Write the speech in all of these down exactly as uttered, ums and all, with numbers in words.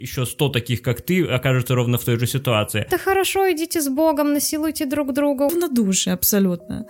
еще сто таких, как ты, окажутся ровно в той же ситуации. Да хорошо, идите с Богом, насилуйте друг друга. На душе, абсолютно.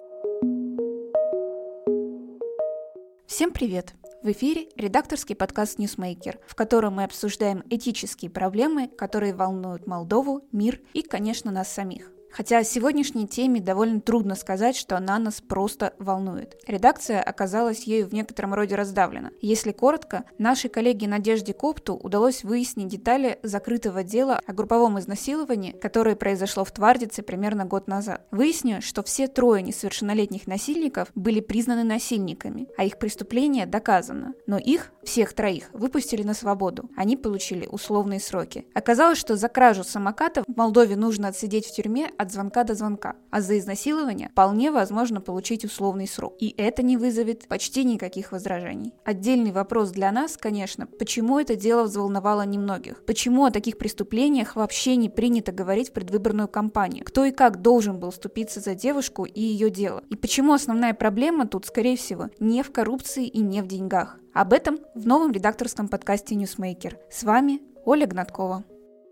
Всем привет! В эфире редакторский подкаст «Ньюсмейкер», в котором мы обсуждаем этические проблемы, которые волнуют Молдову, мир и, конечно, нас самих. Хотя о сегодняшней теме довольно трудно сказать, что она нас просто волнует. Редакция оказалась ею в некотором роде раздавлена. Если коротко, нашей коллеге Надежде Копту удалось выяснить детали закрытого дела о групповом изнасиловании, которое произошло в Твардице примерно год назад. Выяснилось, что все трое несовершеннолетних насильников были признаны насильниками, а их преступление доказано. Но их, всех троих, выпустили на свободу. Они получили условные сроки. Оказалось, что за кражу самоката в Молдове нужно отсидеть в тюрьме от звонка до звонка, а за изнасилование вполне возможно получить условный срок. И это не вызовет почти никаких возражений. Отдельный вопрос для нас, конечно, почему это дело взволновало немногих? Почему о таких преступлениях вообще не принято говорить в предвыборную кампанию? Кто и как должен был вступиться за девушку и ее дело? И почему основная проблема тут, скорее всего, не в коррупции и не в деньгах? Об этом в новом редакторском подкасте «Ньюсмейкер». С вами Оля Гнаткова.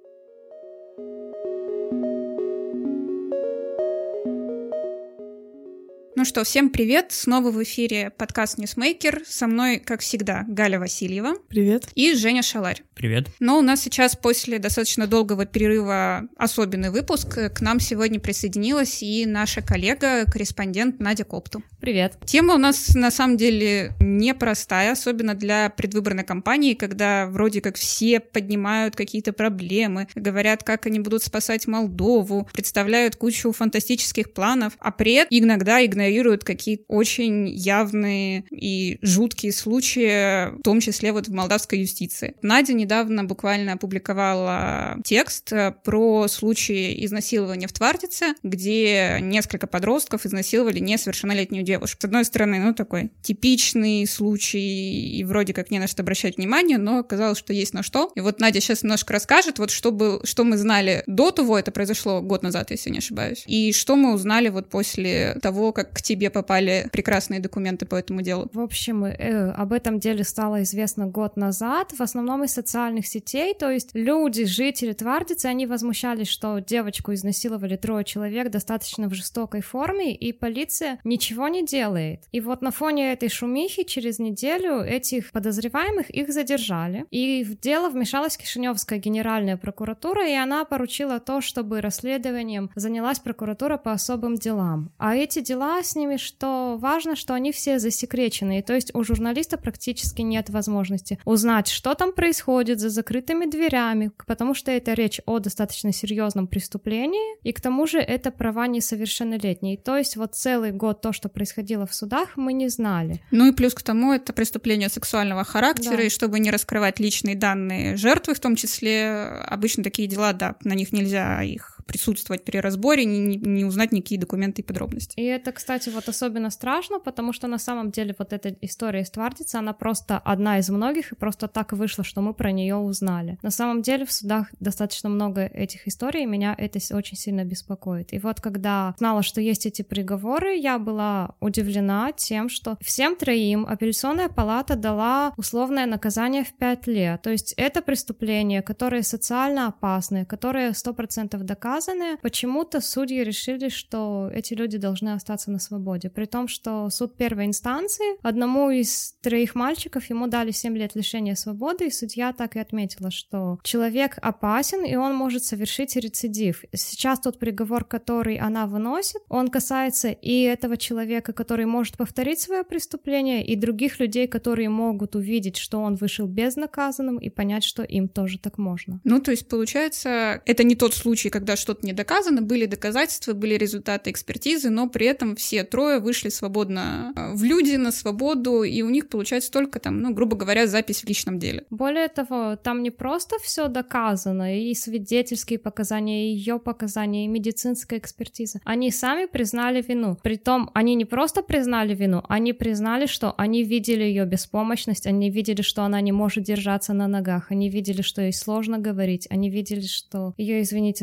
Ну что, всем привет! Снова в эфире подкаст «Ньюсмейкер». Со мной, как всегда, Галя Васильева. Привет. И Женя Шаларь. Привет. Но у нас сейчас после достаточно долгого перерыва особенный выпуск. К нам сегодня присоединилась и наша коллега, корреспондент Надя Копту. Привет. Тема у нас на самом деле непростая, особенно для предвыборной кампании, когда вроде как все поднимают какие-то проблемы, говорят, как они будут спасать Молдову, представляют кучу фантастических планов, а при этом иногда игнорируют какие-то очень явные и жуткие случаи, в том числе вот в молдавской юстиции. Надя недавно буквально опубликовала текст про случай изнасилования в Твардице, где несколько подростков изнасиловали несовершеннолетнюю девушку. С одной стороны, ну, такой типичный случай, и вроде как не на что обращать внимание, но оказалось, что есть на что. И вот Надя сейчас немножко расскажет, вот что, был, что мы знали до того, это произошло год назад, если не ошибаюсь, и что мы узнали вот после того, как к тебе попали прекрасные документы по этому делу. В общем, э, об этом деле стало известно год назад, в основном из социальных сетей, то есть люди, жители Твардицы, они возмущались, что девочку изнасиловали трое человек достаточно в жестокой форме, и полиция ничего не делает. И вот на фоне этой шумихи через неделю этих подозреваемых их задержали, и в дело вмешалась Кишиневская генеральная прокуратура, и она поручила то, чтобы расследованием занялась прокуратура по особым делам. А эти дела с ними, что важно, что они все засекречены, то есть у журналиста практически нет возможности узнать, что там происходит за закрытыми дверями, потому что это речь о достаточно серьезном преступлении, и к тому же это права несовершеннолетней. То есть вот целый год то, что происходило в судах, мы не знали. Ну и плюс к тому, это преступление сексуального характера, да. И чтобы не раскрывать личные данные жертвы, в том числе, обычно такие дела, да, на них нельзя их присутствовать при разборе, не, не, не узнать никакие документы и подробности. И это, кстати, вот особенно страшно, потому что на самом деле вот эта история из Твардицы, она просто одна из многих, и просто так вышло, что мы про нее узнали. На самом деле в судах достаточно много этих историй, и меня это очень сильно беспокоит. И вот когда знала, что есть эти приговоры, я была удивлена тем, что всем троим апелляционная палата дала условное наказание в пять лет. То есть это преступления, которые социально опасны, которые сто процентов доказаны. Почему-то судьи решили, что эти люди должны остаться на свободе, при том, что суд первой инстанции одному из троих мальчиков ему дали семь лет лишения свободы, и судья так и отметила, что человек опасен, и он может совершить рецидив. Сейчас тот приговор, который она выносит, он касается и этого человека, который может повторить свое преступление, и других людей, которые могут увидеть, что он вышел безнаказанным, и понять, что им тоже так можно. Ну, то есть, получается, это не тот случай, когда что-то не доказано, были доказательства, были результаты экспертизы, но при этом все трое вышли свободно в люди, на свободу, и у них получается только там, ну, грубо говоря, запись в личном деле. Более того, там не просто все доказано, и свидетельские показания, и ее показания, и медицинская экспертиза. Они сами признали вину. Притом, они не просто признали вину, они признали, что они видели ее беспомощность, они видели, что она не может держаться на ногах, они видели, что ей сложно говорить, они видели, что ее, извините, тошнит,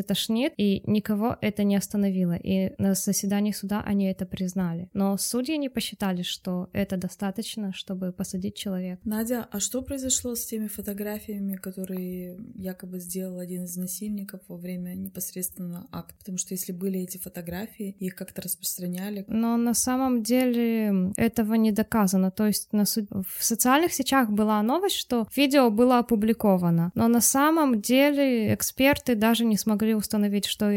антисемит, и никого это не остановило. И на заседании суда они это признали. Но судьи не посчитали, что это достаточно, чтобы посадить человека. Надя, а что произошло с теми фотографиями, которые якобы сделал один из насильников во время непосредственно акта? Потому что если были эти фотографии, их как-то распространяли. Но на самом деле этого не доказано. То есть на суд... в социальных сетях была новость, что видео было опубликовано. Но на самом деле эксперты даже не смогли установить, что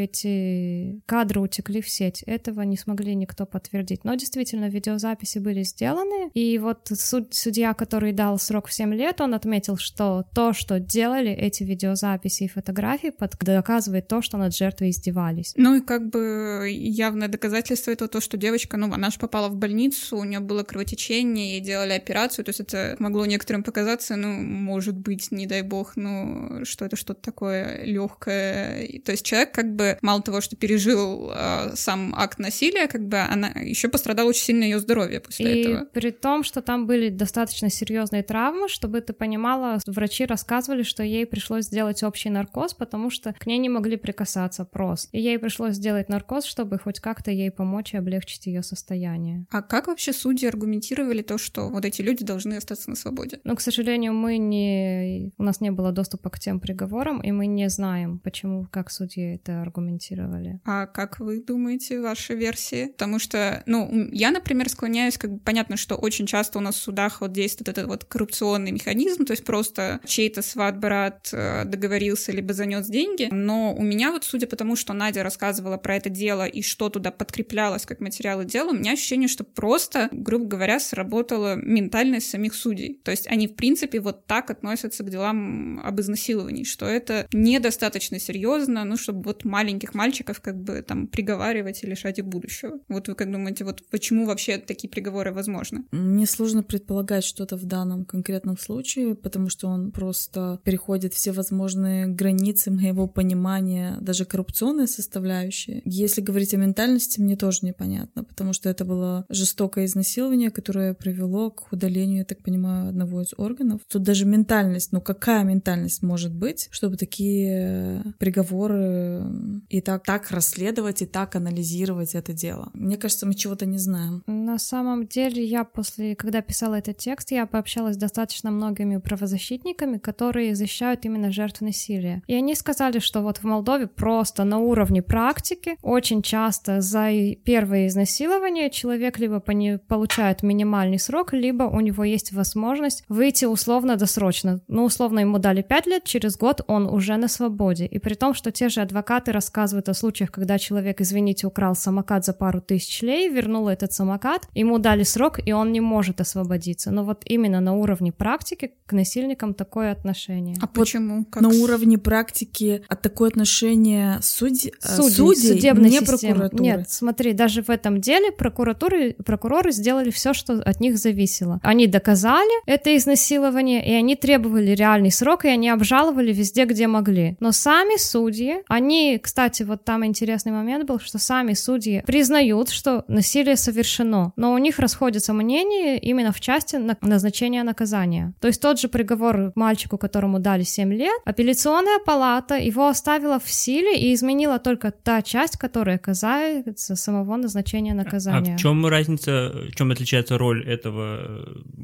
эти кадры утекли в сеть. Этого не смогли никто подтвердить. Но действительно, видеозаписи были сделаны. И вот суд... судья, который дал срок в семь лет, он отметил, что то, что делали эти видеозаписи и фотографии, под... доказывает то, что над жертвой издевались. Ну и как бы явное доказательство этого то, что девочка, ну, она же попала в больницу, у нее было кровотечение, ей делали операцию, то есть это могло некоторым показаться, ну, может быть, не дай бог, ну, что это что-то такое легкое. То есть человек как бы мало того, что пережил э, сам акт насилия, как бы она еще пострадала очень сильно ее здоровье после и этого. При том, что там были достаточно серьезные травмы, чтобы ты понимала, врачи рассказывали, что ей пришлось сделать общий наркоз, потому что к ней не могли прикасаться просто. И ей пришлось сделать наркоз, чтобы хоть как-то ей помочь и облегчить ее состояние. А как вообще судьи аргументировали то, что вот эти люди должны остаться на свободе? Ну, к сожалению, мы не... У нас не было доступа к тем приговорам, и мы не знаем, почему, как судьи это аргументировали. А как вы думаете, ваши версии? Потому что, ну, я, например, склоняюсь, как бы понятно, что очень часто у нас в судах вот действует этот вот коррупционный механизм, то есть просто чей-то сват-брат договорился либо занес деньги, но у меня вот, судя по тому, что Надя рассказывала про это дело и что туда подкреплялось как материалы дела, у меня ощущение, что просто, грубо говоря, сработала ментальность самих судей. То есть они, в принципе, вот так относятся к делам об изнасиловании, что это недостаточно серьезно, ну, чтобы вот маленьких мальчиков как бы там приговаривать и лишать их будущего. Вот вы как думаете, вот почему вообще такие приговоры возможны? Мне сложно предполагать что-то в данном конкретном случае, потому что он просто переходит все возможные границы моего понимания, даже коррупционные составляющие. Если говорить о ментальности, мне тоже непонятно, потому что это было жестокое изнасилование, которое привело к удалению, я так понимаю, одного из органов. Тут даже ментальность, ну какая ментальность может быть, чтобы такие приговоры и так, так расследовать, и так анализировать это дело? Мне кажется, мы чего-то не знаем. На самом деле, я после, когда писала этот текст, я пообщалась с достаточно многими правозащитниками, которые защищают именно жертв насилия. И они сказали, что вот в Молдове просто на уровне практики очень часто за первое изнасилование человек либо получает минимальный срок, либо у него есть возможность выйти условно-досрочно. Ну, условно, ему дали пять лет, через год он уже на свободе. И при том, что те же адвокаты рассказывают о случаях, когда человек, извините, украл самокат за пару тысяч лей, вернул этот самокат, ему дали срок, и он не может освободиться. Но вот именно на уровне практики к насильникам такое отношение. А почему? Как на уровне практики от такое отношение судь... судей, судей, судебной не системы. прокуратуры? Нет, смотри, даже в этом деле прокуратуры, прокуроры сделали все, что от них зависело. Они доказали это изнасилование, и они требовали реальный срок, и они обжаловали везде, где могли. Но сами судьи, они, кстати, вот там интересный момент был, что сами судьи признают, что насилие совершено, но у них расходятся мнения именно в части назначения наказания. То есть тот же приговор мальчику, которому дали семь лет, апелляционная палата его оставила в силе и изменила только та часть, которая касается самого назначения наказания. А в чем разница, в чем отличается роль этого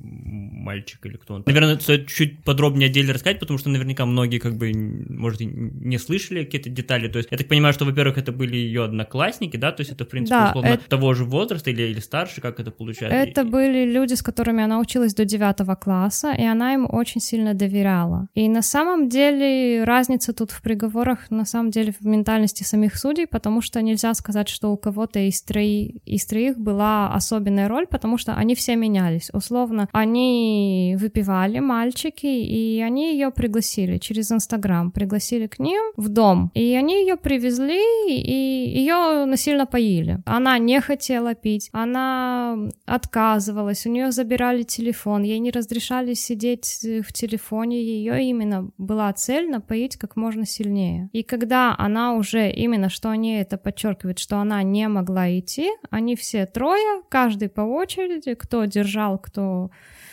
мальчика или кто он? Наверное, стоит чуть подробнее отдельно рассказать, потому что наверняка многие, как бы, может, и не слышали какие-то детали. То есть я так понимаю, что, во-первых, это были ее одноклассники, да, то есть это, в принципе, да, условно, это... того же возраста или, или старше, как это получается? Это были люди, с которыми она училась до девятого класса, и она им очень сильно доверяла. И на самом деле разница тут в приговорах, на самом деле, в ментальности самих судей, потому что нельзя сказать, что у кого-то из, трои... из троих была особенная роль, потому что они все менялись. Условно, они выпивали, мальчики, и они ее пригласили через Инстаграм, пригласили к ним в дом, и они ее привезли, и ее насильно поили. Она не хотела пить, она отказывалась, у нее забирали телефон, ей не разрешали сидеть в телефоне, ее именно была цель напоить как можно сильнее. И когда она уже, именно что они это подчеркивают, что она не могла идти, они все трое, каждый по очереди, кто держал, кто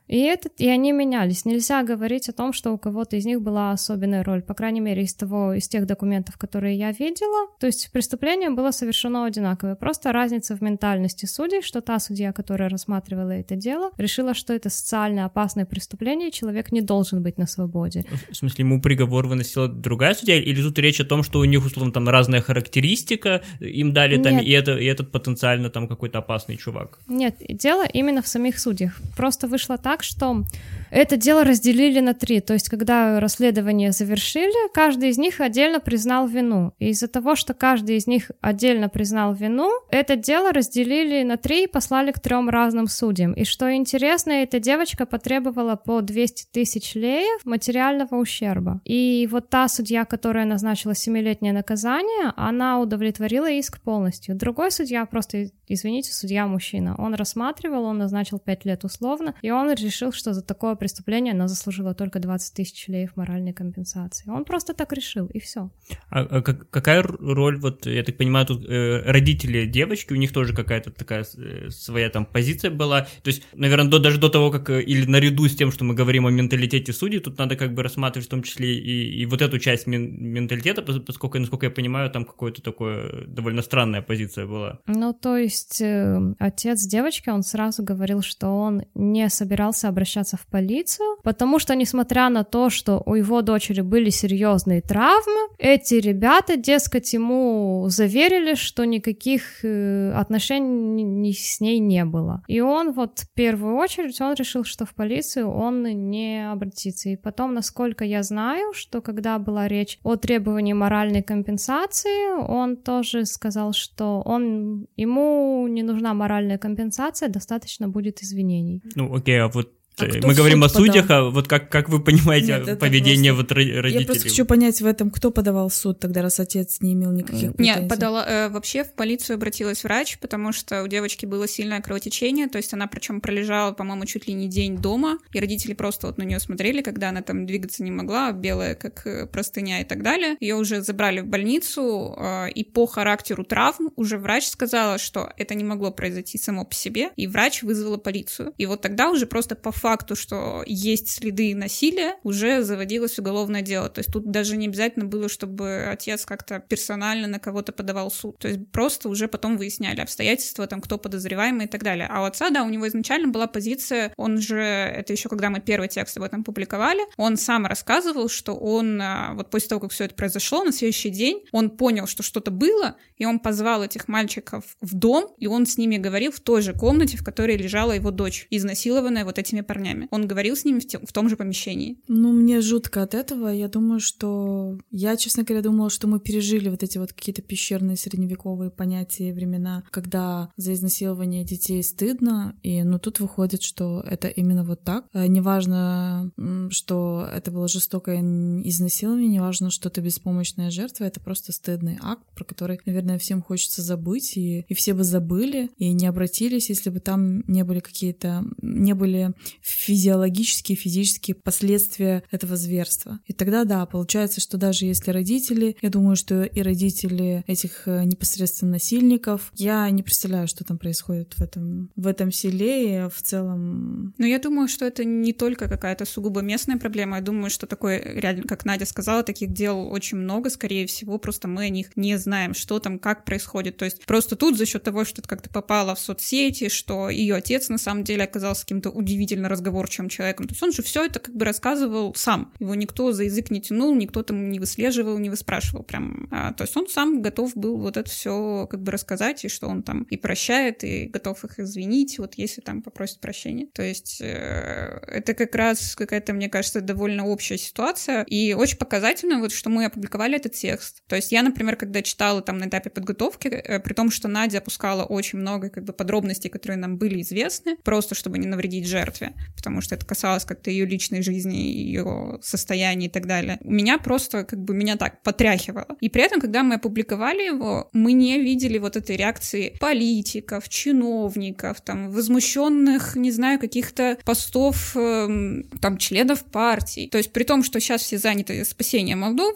И, этот, и они менялись. Нельзя говорить о том, что у кого-то из них была особенная роль. По крайней мере, из, того, из тех документов, которые я видела. То есть преступление было совершено одинаковое. Просто разница в ментальности судей, что та судья, которая рассматривала это дело, решила, что это социально опасное преступление, и человек не должен быть на свободе. В смысле, ему приговор выносила другая судья? Или тут речь о том, что у них, условно, там разная характеристика, им дали там и, это, и этот потенциально там какой-то опасный чувак? Нет, дело именно в самих судьях. Просто вышло так, что это дело разделили на три. То есть, когда расследование завершили, каждый из них отдельно признал вину. И из-за того, что каждый из них отдельно признал вину, это дело разделили на три и послали к трем разным судьям. И что интересно, эта девочка потребовала по двести тысяч леев материального ущерба. И вот та судья, которая назначила семилетнее наказание, она удовлетворила иск полностью. Другой судья, просто, извините, судья-мужчина, он рассматривал, он назначил пять лет условно, и он решил, что за такое преступление она заслужила только двадцать тысяч леев моральной компенсации. Он просто так решил, и все. А, а как, какая роль, вот, я так понимаю, тут э, родители девочки, у них тоже какая-то такая э, своя там позиция была, то есть, наверное, до, даже до того, как, или наряду с тем, что мы говорим о менталитете судей, тут надо как бы рассматривать в том числе и, и вот эту часть мен, менталитета, поскольку, насколько я понимаю, там какое-то такое довольно странная позиция была. Ну, то есть, э, отец девочки, он сразу говорил, что он не собирался обращаться в полицию, потому что, несмотря на то, что у его дочери были серьезные травмы, эти ребята, дескать, ему заверили, что никаких э, отношений ни с ней не было. И он вот в первую очередь, он решил, что в полицию он не обратится. И потом, насколько я знаю, что когда была речь о требовании моральной компенсации, он тоже сказал, что он, ему не нужна моральная компенсация, достаточно будет извинений. Ну, окей, а вот А мы говорим о подал? судьях, а вот как, как вы понимаете Нет, поведение просто... вот родителей? Я просто хочу понять в этом, кто подавал в суд тогда, раз отец не имел никаких претензий. Нет, подала, э, вообще в полицию обратилась врач, потому что у девочки было сильное кровотечение, то есть она причем пролежала, по-моему, чуть ли не день дома, и родители просто вот на нее смотрели, когда она там двигаться не могла, белая как простыня и так далее. Ее уже забрали в больницу, э, и по характеру травм уже врач сказала, что это не могло произойти само по себе, и врач вызвала полицию. И вот тогда уже просто по факту, что есть следы насилия, уже заводилось уголовное дело. То есть тут даже не обязательно было, чтобы отец как-то персонально на кого-то подавал в суд. То есть просто уже потом выясняли обстоятельства, там, кто подозреваемый и так далее. А у отца, да, у него изначально была позиция, он же, это еще когда мы первый текст об этом публиковали, он сам рассказывал, что он, вот после того, как все это произошло, на следующий день он понял, что что-то было, и он позвал этих мальчиков в дом, и он с ними говорил в той же комнате, в которой лежала его дочь, изнасилованная вот этими парнями. Он говорил с ними в, те, в том же помещении. Ну, мне жутко от этого. Я думаю, что... Я, честно говоря, думала, что мы пережили вот эти вот какие-то пещерные средневековые понятия и времена, когда за изнасилование детей стыдно, и ну тут выходит, что это именно вот так. Неважно, что это было жестокое изнасилование, неважно, что ты беспомощная жертва, это просто стыдный акт, про который, наверное, всем хочется забыть, и, и все бы забыли, и не обратились, если бы там не были какие-то... не были физиологические, физические последствия этого зверства. И тогда, да, получается, что даже если родители, я думаю, что и родители этих непосредственно насильников, я не представляю, что там происходит в этом, в этом селе и в целом... Но я думаю, что это не только какая-то сугубо местная проблема, я думаю, что такое, реально, как Надя сказала, таких дел очень много, скорее всего, просто мы о них не знаем, что там, как происходит. То есть просто тут за счет того, что это как-то попало в соцсети, что ее отец на самом деле оказался каким-то удивительно разговорчивым человеком. То есть он же все это как бы рассказывал сам. Его никто за язык не тянул, никто там не выслеживал, не выспрашивал прям. А, то есть он сам готов был вот это все как бы рассказать, и что он там и прощает, и готов их извинить, вот если там попросит прощения. То есть э, это как раз какая-то, мне кажется, довольно общая ситуация, и очень показательно, вот, что мы опубликовали этот текст. То есть я, например, когда читала там на этапе подготовки, э, при том, что Надя опускала очень много как бы подробностей, которые нам были известны, просто чтобы не навредить жертве, потому что это касалось как-то ее личной жизни, ее состояния и так далее. У меня просто как бы меня так потряхивало. И при этом, когда мы опубликовали его, мы не видели вот этой реакции политиков, чиновников, там, возмущенных, не знаю, каких-то постов, э, там, членов партий. То есть при том, что сейчас все заняты спасением Молдовы,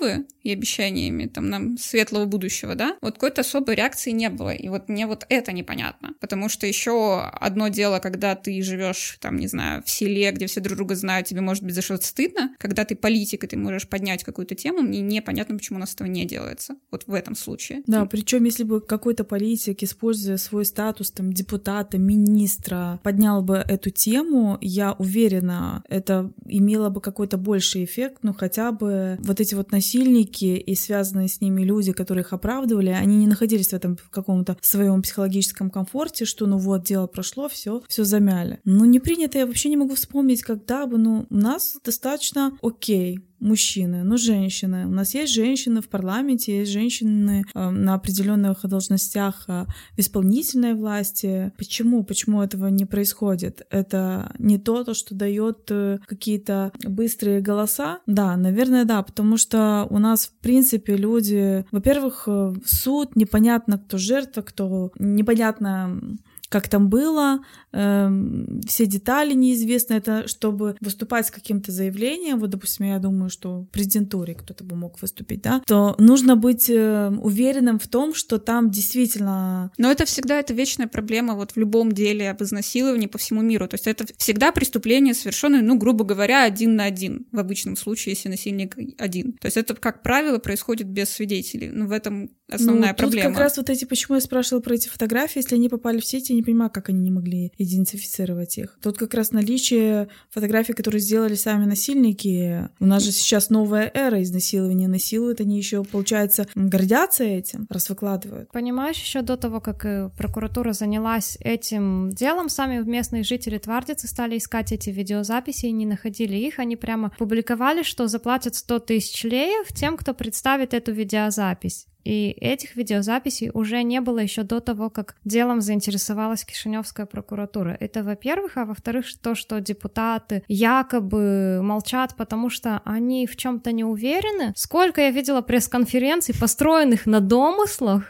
и обещаниями там нам светлого будущего, да, вот какой-то особой реакции не было. И вот мне вот это непонятно. Потому что еще одно дело, когда ты живешь, там, не знаю, в селе, где все друг друга знают, тебе может быть за что-то стыдно. Когда ты политик, и ты можешь поднять какую-то тему, мне непонятно, почему у нас этого не делается. Вот в этом случае. Да, причем если бы какой-то политик, используя свой статус там депутата, министра, поднял бы эту тему, я уверена, это имело бы какой-то больший эффект, но хотя бы вот эти вот насильники и связанные с ними люди, которые их оправдывали, они не находились в этом в каком-то своем психологическом комфорте, что ну вот, дело прошло, все, все замяли. Ну, не принято, я вообще не могу вспомнить, когда бы, ну, у нас достаточно окей. Мужчины, но женщины. У нас есть женщины в парламенте, есть женщины э, на определенных должностях э, в исполнительной власти. Почему? Почему этого не происходит? Это не то, то что дает э, какие-то быстрые голоса? Да, наверное, да, потому что у нас, в принципе, люди, во-первых, э, суд, непонятно, кто жертва, кто непонятно... как там было, э, все детали неизвестны. Это чтобы выступать с каким-то заявлением, вот, допустим, я думаю, что в президентуре кто-то бы мог выступить, да, то нужно быть э, уверенным в том, что там действительно... Но это всегда это вечная проблема вот в любом деле об изнасиловании по всему миру. То есть это всегда преступление, совершенное, ну, грубо говоря, один на один, в обычном случае, если насильник один. То есть это, как правило, происходит без свидетелей. Ну, в этом основная ну, проблема. Тут как раз вот эти, почему я спрашивала про эти фотографии, если они попали в сеть, я не понимаю, как они не могли идентифицировать их. Тут как раз наличие фотографий, которые сделали сами насильники. У нас же сейчас новая эра изнасилования, насилуют, они еще, получается, гордятся этим, раз выкладывают. Понимаешь, еще до того, как прокуратура занялась этим делом, сами местные жители Твардицы стали искать эти видеозаписи и не находили их. Они прямо публиковали, что заплатят сто тысяч леев тем, кто представит эту видеозапись. И этих видеозаписей уже не было еще до того, как делом заинтересовалась Кишиневская прокуратура. Это, во-первых, а во-вторых, то, что депутаты якобы молчат, потому что они в чем-то не уверены. Сколько я видела пресс-конференций, построенных на домыслах,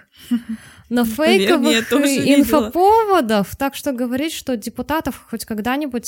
на фейковых инфоповодов, так что говорить, что депутатов хоть когда-нибудь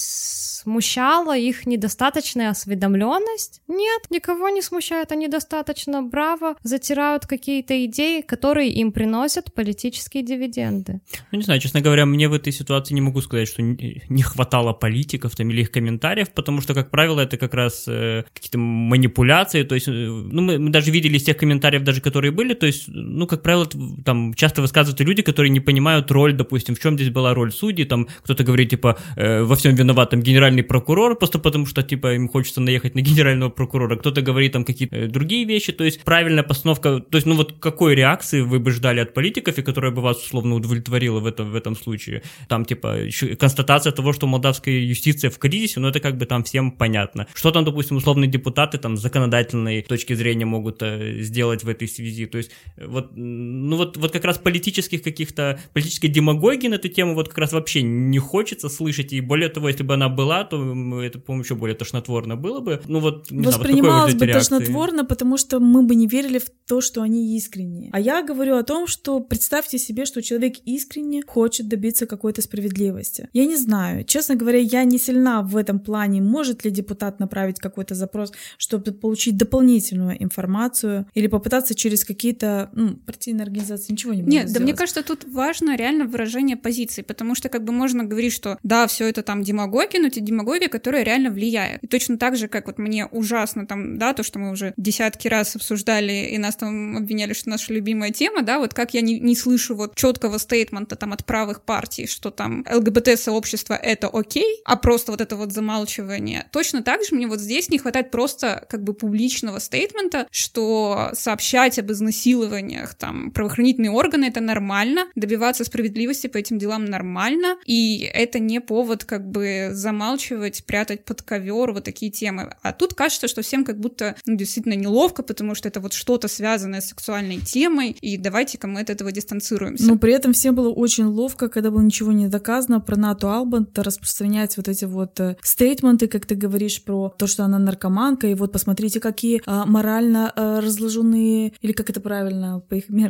смущала их недостаточная осведомленность? Нет, никого не смущает, они достаточно браво затирают какие-то идеи, которые им приносят политические дивиденды. Ну, не знаю, честно говоря, мне в этой ситуации не могу сказать, что не хватало политиков там или их комментариев, потому что, как правило, это как раз э, какие-то манипуляции, то есть, ну, мы, мы даже видели из тех комментариев, даже которые были, то есть, ну, как правило, там часто высказывают люди, которые не понимают роль, допустим, в чем здесь была роль судей, там кто-то говорит, типа, э, во всем виноват там генеральный прокурор, просто потому что, типа, им хочется наехать на генерального прокурора, кто-то говорит там какие-то э, другие вещи, то есть правильная постановка, то есть, ну вот какой реакции вы бы ждали от политиков, и которая бы вас условно удовлетворила в этом, в этом случае? Там, типа, констатация того, что молдавская юстиция в кризисе, ну это как бы там всем понятно. Что там, допустим, условные депутаты там с законодательной точки зрения могут э, сделать в этой связи, то есть вот, ну вот, вот как раз политических каких-то, политической демагогии на эту тему вот как раз вообще не хочется слышать, и более того, если бы она была, то это, по-моему, еще более тошнотворно было бы. Ну вот, не воспринималось знаю, вот бы тошнотворно, потому что мы бы не верили в то, что они искренние. А я говорю о том, что представьте себе, что человек искренне хочет добиться какой-то справедливости. Я не знаю, честно говоря, я не сильна в этом плане, может ли депутат направить какой-то запрос, чтобы получить дополнительную информацию, или попытаться через какие-то, ну, партийные организации, ничего не могут Нет, сделать. Да мне кажется, тут важно реально выражение позиции, потому что как бы можно говорить, что да, все это там демагогия, но это демагогия, которая реально влияет. И точно так же, как вот мне ужасно там, да, то, что мы уже десятки раз обсуждали, и нас там обвиняли, что наша любимая тема, да, вот как я не, не слышу вот четкого стейтмента там от правых партий, что там ЛГБТ-сообщество — это окей, а просто вот это вот замалчивание. Точно так же мне вот здесь не хватает просто как бы публичного стейтмента, что сообщать об изнасилованиях там правоохранительные органы — это нормально, добиваться справедливости по этим делам нормально, и это не повод как бы замалчивать, прятать под ковер вот такие темы. А тут кажется, что всем как будто ну, действительно неловко, потому что это вот что-то связанное с сексуальной темой, и давайте-ка мы от этого дистанцируемся. Но при этом всем было очень ловко, когда было ничего не доказано, про Нату Албант распространять вот эти вот э, стейтменты, как ты говоришь, про то, что она наркоманка, и вот посмотрите, какие э, морально э, разложенные, или как это правильно по их меркам, люди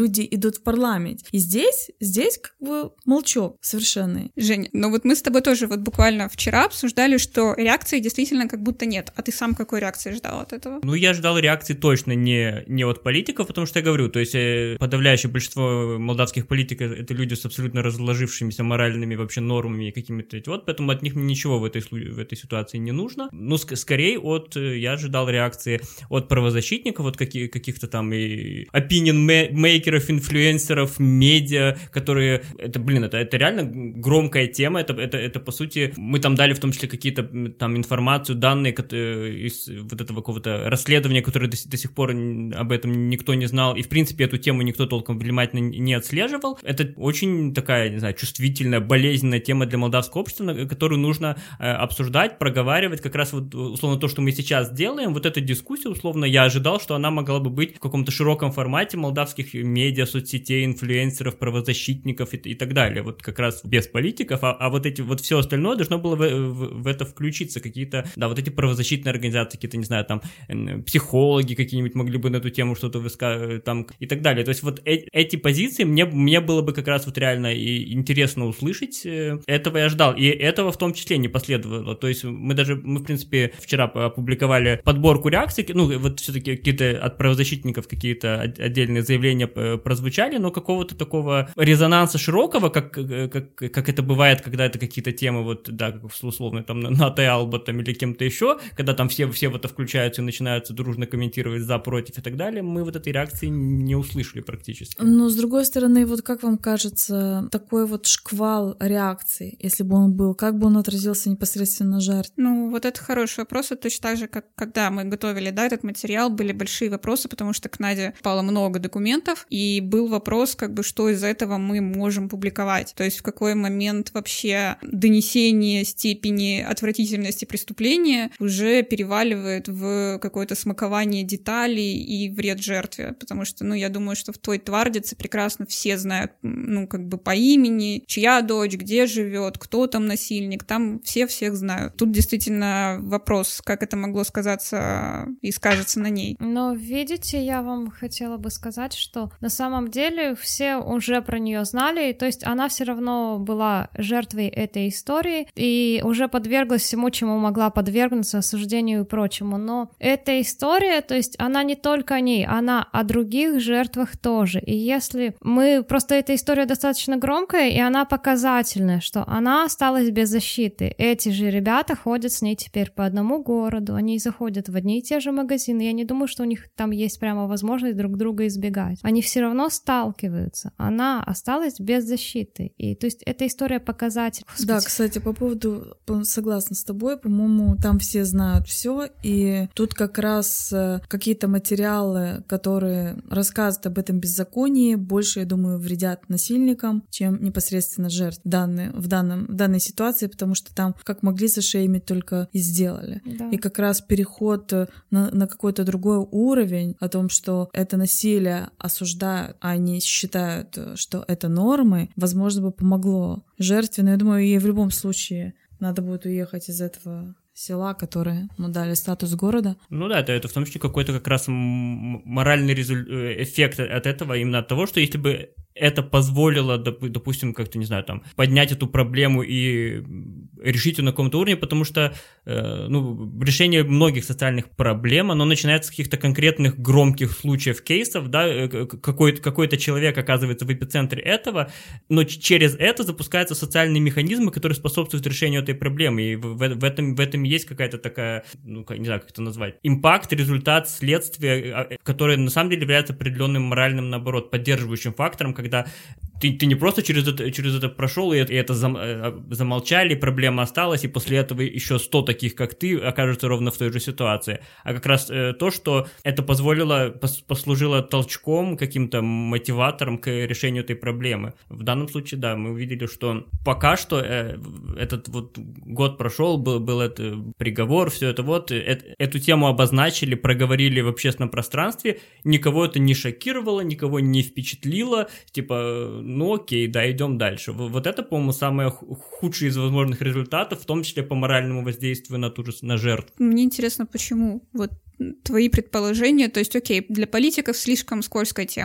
люди идут в парламент. И здесь, здесь как бы молчок совершенный. Женя, ну вот мы с тобой тоже вот буквально вчера обсуждали, что реакции действительно как будто нет. А ты сам какой реакции ждал от этого? Ну, я ждал реакции точно не, не от политиков, потому что я говорю, то есть подавляющее большинство молдавских политиков — это люди с абсолютно разложившимися моральными вообще нормами и какими-то, вот, поэтому от них ничего в этой, в этой ситуации не нужно. Ну, ск- скорее от, я ожидал реакции от правозащитников, от каких- каких-то там и opinion-мейкеров, инфлюенсеров, медиа, которые, это, блин, это, это реально громкая тема, это, это, это, по сути, мы там дали в том числе какие-то там информацию, данные из вот этого какого-то расследования, которое до, до сих пор об этом никто не знал, и, в принципе, эту тему никто толком внимательно не отслеживал. Это очень такая, не знаю, чувствительная, болезненная тема для молдавского общества, которую нужно э, обсуждать, проговаривать, как раз вот, условно, то, что мы сейчас делаем, вот эта дискуссия, условно, я ожидал, что она могла бы быть в каком-то широком формате молдавских медиа, соцсетей, инфлюенсеров, правозащитников и, и так далее, вот как раз без политиков, а, а вот эти, вот все остальное должно было в, в, в это включиться, какие-то, да, вот эти правозащитные организации, какие-то, не знаю, там, психологи какие-нибудь могли бы на эту тему что-то высказывать, там, и так далее, то есть вот э- эти позиции мне, мне было бы как раз вот реально и интересно услышать, этого я ждал, и этого в том числе не последовало, то есть мы даже, мы в принципе вчера опубликовали подборку реакций, ну вот все-таки какие-то от правозащитников какие-то отдельные заявления прозвучали, но какого-то такого резонанса широкого, как, как, как это бывает, когда это какие-то темы, вот, да, как условно там на Алба там или кем-то еще, когда там все, все в это включаются и начинаются дружно комментировать за, против и так далее, мы вот этой реакции не услышали практически. Но с другой стороны, вот как вам кажется, такой вот шквал реакций, если бы он был, как бы он отразился непосредственно на жертве? Ну, вот это хороший вопрос. Это точно так же, как когда мы готовили, да, этот материал, были большие вопросы, потому что к Наде попало много документов, и был вопрос, как бы, что из этого мы можем публиковать. То есть в какой момент вообще донесение степени отвратительности преступления уже переваливает в какое-то смакование деталей и вред жертве. Потому что, ну, я думаю, что в той Твардице прекрасно все знают, ну, как бы по имени, чья дочь, где живет, кто там насильник, там все всех знают. Тут действительно вопрос, как это могло сказаться и скажется на ней. Но, видите, я вам хотела бы сказать, что на самом деле все уже про нее знали, то есть она все равно была жертвой этой истории и уже подверглась всему, чему могла подвергнуться, осуждению и прочему. Но эта история, то есть она не только о ней, она о других жертвах тоже. И если мы... Просто эта история достаточно громкая, и она показательная, что она осталась без защиты. Эти же ребята ходят с ней теперь по одному городу, они заходят в одни и те же магазины. Я не думаю, что у них там есть прямо возможность друг друга избегать. Они все равно сталкиваются. Она осталась без защиты. И то есть эта история показатель. Господи. Да, кстати, по поводу, согласна с тобой, по-моему, там все знают все, и тут как раз какие-то материалы, которые рассказывают об этом беззаконии, больше, я думаю, вредят насильникам, чем непосредственно жертв в, данной, в, данном, в данной ситуации, потому что там как могли зашеймить, только и сделали. Да. И как раз переход на, на какой-то другой уровень о том, что это насилие осуждают, а они считают, что это нормы, возможно, бы помогло жертве, но я думаю, ей в любом случае надо будет уехать из этого села, которые ему дали статус города. Ну да, это, это в том числе какой-то как раз моральный резуль... эффект от этого, именно от того, что если бы это позволило, допустим, как-то, не знаю, там, поднять эту проблему и решить ее на каком-то уровне, потому что, э, ну, решение многих социальных проблем, оно начинается с каких-то конкретных громких случаев, кейсов, да, какой-то, какой-то человек оказывается в эпицентре этого, но через это запускаются социальные механизмы, которые способствуют решению этой проблемы, и в, в, этом, в этом есть какая-то такая, ну, не знаю, как это назвать, импакт, результат, следствие, которое на самом деле является определенным моральным, наоборот, поддерживающим фактором, когда Ты, ты не просто через это, через это прошел, и это, и это зам, замолчали, проблема осталась, и после этого еще сто таких, как ты, окажутся ровно в той же ситуации. А как раз э, то, что это позволило, пос, послужило толчком, каким-то мотиватором к решению этой проблемы. В данном случае, да, мы увидели, что пока что э, этот вот год прошел, был, был этот приговор, все это вот, э, эту тему обозначили, проговорили в общественном пространстве, никого это не шокировало, никого не впечатлило, типа, ну окей, да, идем дальше. Вот это, по-моему, самое худшее из возможных результатов, в том числе по моральному воздействию на ту же, на жертву. Мне интересно, почему? Вот твои предположения, то есть, окей, для политиков слишком скользкая тема.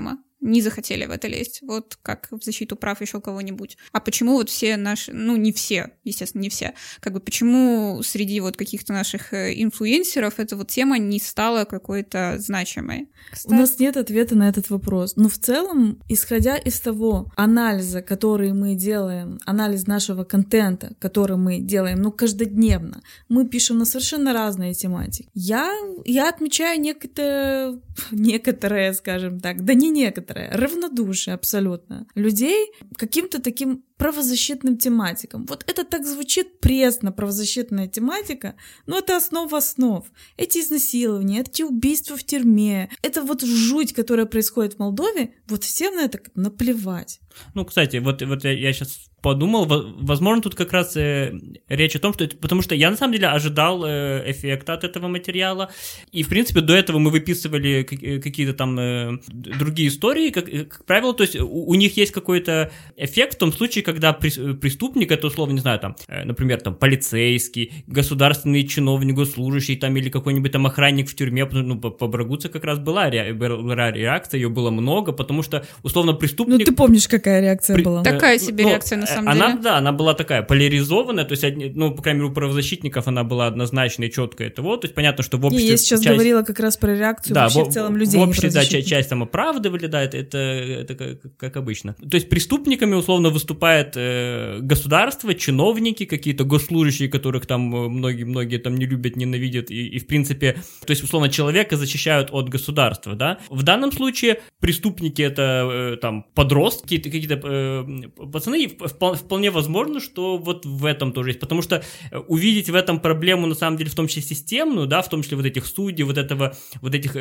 не захотели в это лезть, вот как в защиту прав еще кого-нибудь. А почему вот все наши, ну не все, естественно, не все, как бы почему среди вот каких-то наших инфлюенсеров эта вот тема не стала какой-то значимой? Кстати, у нас нет ответа на этот вопрос, но в целом, исходя из того анализа, который мы делаем, анализ нашего контента, который мы делаем, ну, каждодневно, мы пишем на совершенно разные тематики. Я, я отмечаю некоторые, некоторые, скажем так, да не некоторые, равнодушие абсолютно людей каким-то таким правозащитным тематикам. Вот это так звучит пресно, правозащитная тематика, но это основа основ. Эти изнасилования, эти убийства в тюрьме, это вот жуть, которая происходит в Молдове, вот всем на это наплевать. Ну, кстати, вот, вот я, я сейчас подумал, возможно, тут как раз э, речь о том, что... Потому что я, на самом деле, ожидал э, эффекта от этого материала, и, в принципе, до этого мы выписывали какие-то там э, другие истории, как, как правило, то есть у, у них есть какой-то эффект в том случае, когда преступник, это, условно, не знаю, там, э, например, там, полицейский, государственный чиновник, госслужащий, там, или какой-нибудь там охранник в тюрьме, ну, по, по Брагуце как раз была, ре, была реакция, ее было много, потому что, условно, преступник... Ну, ты помнишь, какая реакция При... была? Такая себе ну, реакция, на самом она, деле. Да, она была такая поляризованная, то есть, ну, по крайней мере, у правозащитников она была однозначной, четкая того, то есть понятно, что в обществе... Я сейчас часть... говорила как раз про реакцию да, вообще в, в целом людей. В обществе, да, часть, часть там оправдывали, да, это, это, это как, как обычно. То есть преступниками, условно, выступает э, государство, чиновники, какие-то госслужащие, которых там многие-многие там не любят, ненавидят, и, и в принципе, то есть, условно, человека защищают от государства, да. В данном случае преступники это э, там подростки, какие-то э, пацаны, вполне возможно, что вот в этом тоже есть, потому что увидеть в этом проблему, на самом деле, в том числе системную, да, в том числе вот этих судей, вот этого, вот этих э,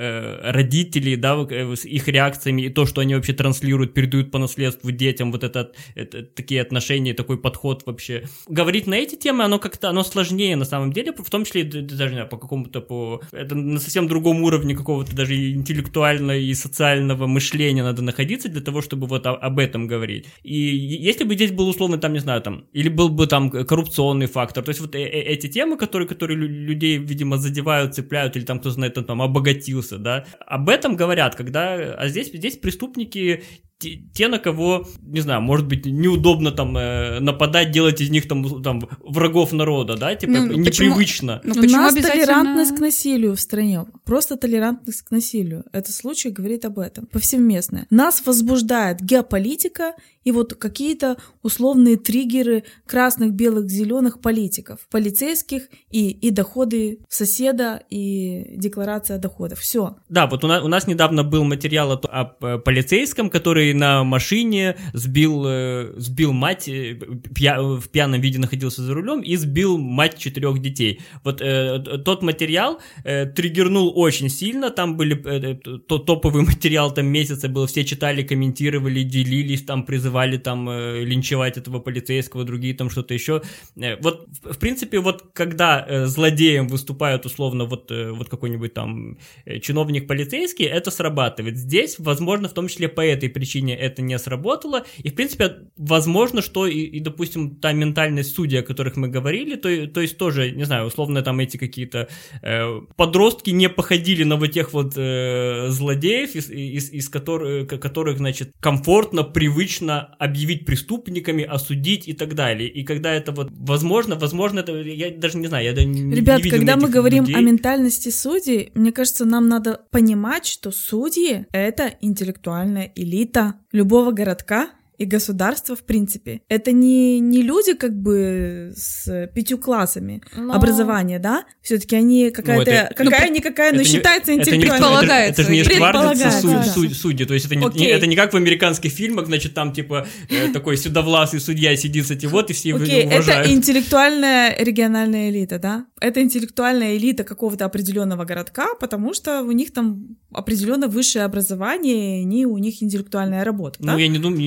э, родителей, да, с их реакциями, и то, что они вообще транслируют, передают по наследству детям, вот это, это такие отношения, такой подход вообще. Говорить на эти темы, оно как-то, оно сложнее на самом деле, в том числе, даже, не знаю, по какому-то, по, это на совсем другом уровне какого-то даже интеллектуального и социального мышления надо находиться для того, чтобы вот об этом говорить. И если бы здесь был условно, там, не знаю, там, или был бы там коррупционный фактор, то есть вот эти темы, которые, которые людей, видимо, задевают, цепляют, или там, кто знает, там, обогатился, да, об этом говорят, когда, а здесь, здесь преступники, те, на кого, не знаю, может быть, неудобно там э, нападать, делать из них там, там врагов народа, да, типа ну, непривычно. Ну, У нас обязательно... толерантность к насилию в стране, просто толерантность к насилию. Этот случай говорит об этом, повсеместная. Нас возбуждает геополитика и вот какие-то условные триггеры красных, белых, зеленых политиков, полицейских и, и доходы соседа, и декларация доходов. Все. Да, вот у нас, у нас недавно был материал о, о полицейском, который на машине сбил, э, сбил мать, э, пья, в пьяном виде находился за рулем и сбил мать четырех детей. Вот э, тот материал э, триггернул очень сильно, там были э, то, топовый материал там месяца был, все читали, комментировали, делились, там призывали там э, линчевать этого полицейского, другие там что-то еще. Э, вот в, в принципе вот когда э, злодеем выступают условно вот, э, вот какой-нибудь там э, чиновник полицейский, это срабатывает. Здесь, возможно, в том числе по этой причине это не сработало, и, в принципе, возможно, что и, и допустим, та ментальность судей, о которых мы говорили, то, то есть тоже, не знаю, условно, там эти какие-то э, подростки не походили на вот тех вот э, злодеев, из, из, из которых, которых, значит, комфортно, привычно объявить преступниками, осудить и так далее. И когда это вот возможно, возможно, это, я даже не знаю, я не, Ребят, не видел когда мы говорим людей. О ментальности судей, мне кажется, нам надо понимать, что судьи — это интеллектуальная элита любого городка и государства, в принципе. Это не, не люди как бы с пятью классами но... образования, да? Все-таки они какая-то, ну, это, какая-никакая, ну, но считается интеллектуальной. Это, это, это же не сквардятся суд, да. суд, судьи, то есть это не, не, это не как в американских фильмах, значит, там типа э, такой седовласый судья сидит с этим вот, и все его okay, уважают. Это интеллектуальная региональная элита, да? Это интеллектуальная элита какого-то определенного городка, потому что у них там определенно высшее образование, и они, у них интеллектуальная работа, Ну, да? я не думаю, я не думаю,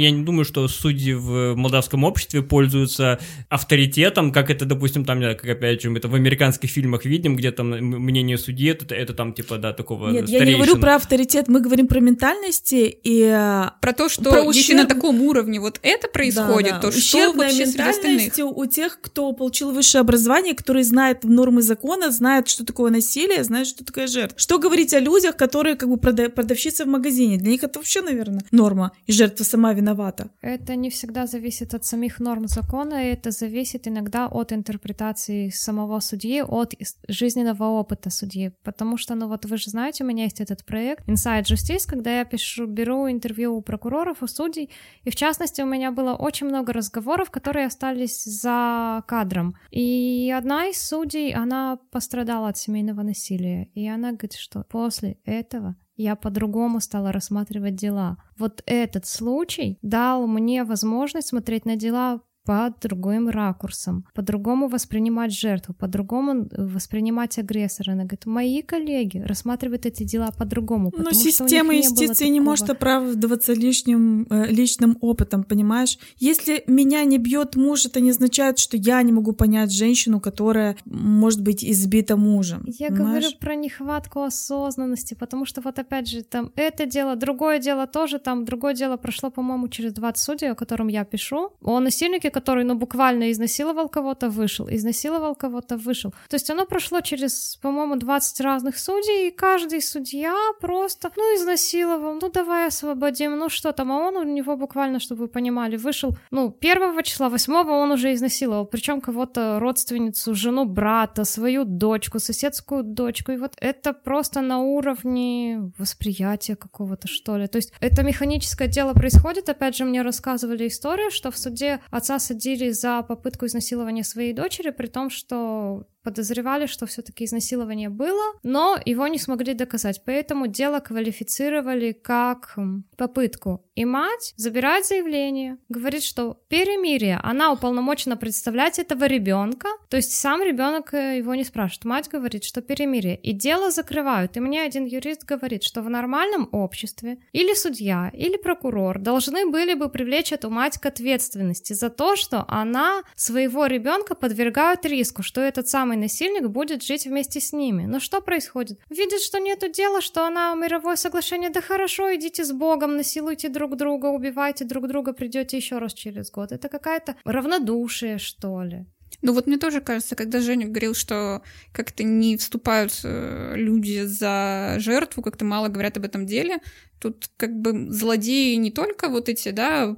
думаю, что судьи в молдавском обществе пользуются авторитетом, как это, допустим, там, как опять же, мы это в американских фильмах видим, где там мнение судьи, это, это там, типа, да, такого Нет, старейшины. я не говорю про авторитет, мы говорим про ментальности и... Про то, что про если ущерб... на таком уровне вот это происходит, да, да. то что ущербная вообще среди остальных? у тех, кто получил высшее образование, которые знают нормы закона, знают, что такое насилие, знают, что такое жертва. Что говорить о людях, которые как бы прода- продавщицы в магазине? Для них это вообще, наверное, норма, и жертва сама виновата. Это не всегда зависит от самих норм закона, это зависит иногда от интерпретации самого судьи, от жизненного опыта судьи, потому что, ну вот вы же знаете, у меня есть этот проект Inside Justice, когда я пишу, беру интервью у прокуроров, у судей, и в частности у меня было очень много разговоров, которые остались за кадром. И одна из судей, она пострадала от семейного насилия, и она говорит, что после этого я по-другому стала рассматривать дела. Вот этот случай дал мне возможность смотреть на дела под другим ракурсом, по-другому воспринимать жертву, по-другому воспринимать агрессора. Она говорит, мои коллеги рассматривают эти дела по-другому. Но система юстиции не может оправдываться лишним, э, личным опытом, понимаешь? Если меня не бьет муж, это не означает, что я не могу понять женщину, которая может быть избита мужем. Я понимаешь? говорю про нехватку осознанности, потому что вот опять же там это дело, другое дело тоже, там другое дело прошло, по-моему, через двадцать судей, о котором я пишу, о насильнике, который, ну, буквально изнасиловал кого-то, вышел, изнасиловал кого-то, вышел. То есть оно прошло через, по-моему, двадцать разных судей, и каждый судья просто, ну, изнасиловал, ну, давай освободим, ну, что там, а он у него буквально, чтобы вы понимали, вышел, ну, первого числа, восьмого он уже изнасиловал, причем кого-то, родственницу, жену брата, свою дочку, соседскую дочку, и вот это просто на уровне восприятия какого-то, что ли. То есть это механическое дело происходит, опять же, мне рассказывали историю, что в суде отца садили за попытку изнасилования своей дочери, при том, что подозревали, что все-таки изнасилование было, но его не смогли доказать, поэтому дело квалифицировали как попытку. И мать забирает заявление, говорит, что перемирие, она уполномочена представлять этого ребенка, то есть сам ребенок его не спрашивает. Мать говорит, что перемирие, и дело закрывают. И мне один юрист говорит, что в нормальном обществе или судья, или прокурор должны были бы привлечь эту мать к ответственности за то, что она своего ребенка подвергает риску, что этот самый насильник будет жить вместе с ними. Но что происходит? Видит, что нету дела, что она мировое соглашение, да хорошо, идите с Богом, насилуйте друг друга, убивайте друг друга, придете еще раз через год. Это какая-то равнодушие, что ли. Ну вот мне тоже кажется, когда Женя говорил, что как-то не вступают люди за жертву, как-то мало говорят об этом деле, тут как бы злодеи не только вот эти, да,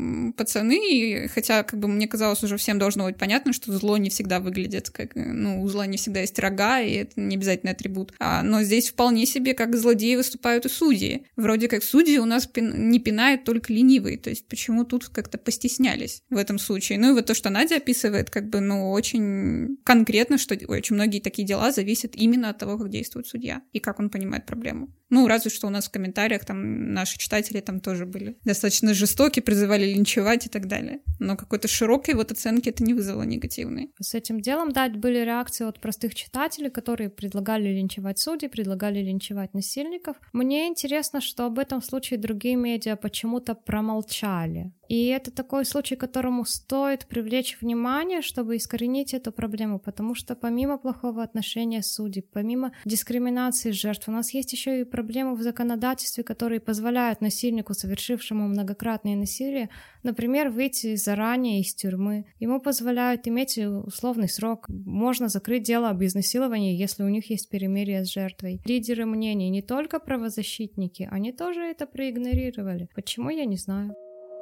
пацаны, хотя, как бы, мне казалось, уже всем должно быть понятно, что зло не всегда выглядит как, ну, у зла не всегда есть рога, и это не обязательно атрибут. А, но здесь вполне себе как злодеи выступают и судьи. Вроде как судьи у нас пин, не пинает только ленивый, то есть почему тут как-то постеснялись в этом случае. Ну и вот то, что Надя описывает, как бы, ну, очень конкретно, что очень многие такие дела зависят именно от того, как действует судья и как он понимает проблему. Ну, разве что у нас в комментариях там наши читатели там тоже были достаточно жестоки, призывали линчевать и так далее. Но какой-то широкой вот оценки это не вызвало негативной. С этим делом, да, были реакции от простых читателей, которые предлагали линчевать судей, предлагали линчевать насильников. Мне интересно, что об этом случае другие медиа почему-то промолчали. И это такой случай, которому стоит привлечь внимание, чтобы искоренить эту проблему, потому что помимо плохого отношения судей, помимо дискриминации жертв, у нас есть еще и проблемы в законодательстве, которые позволяют насильнику, совершившему многократное насилие, например, выйти заранее из тюрьмы. Ему позволяют иметь условный срок. Можно закрыть дело об изнасиловании, если у них есть перемирие с жертвой. Лидеры мнений, не только правозащитники, они тоже это проигнорировали. Почему, я не знаю.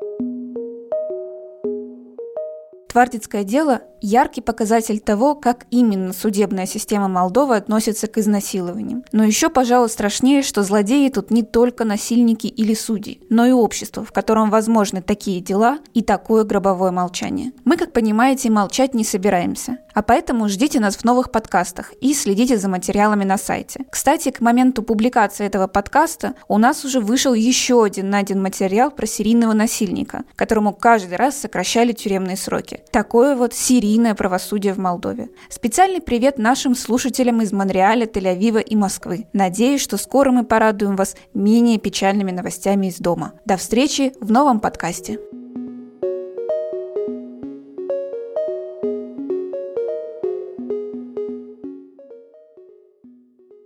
Твардицкое дело – яркий показатель того, как именно судебная система Молдовы относится к изнасилованиям. Но еще, пожалуй, страшнее, что злодеи тут не только насильники или судьи, но и общество, в котором возможны такие дела и такое гробовое молчание. Мы, как понимаете, молчать не собираемся, а поэтому ждите нас в новых подкастах и следите за материалами на сайте. Кстати, к моменту публикации этого подкаста у нас уже вышел еще один найден материал про серийного насильника, которому каждый раз сокращали тюремные сроки. Такое вот серийное правосудие в Молдове. Специальный привет нашим слушателям из Монреаля, Тель-Авива и Москвы. Надеюсь, что скоро мы порадуем вас менее печальными новостями из дома. До встречи в новом подкасте.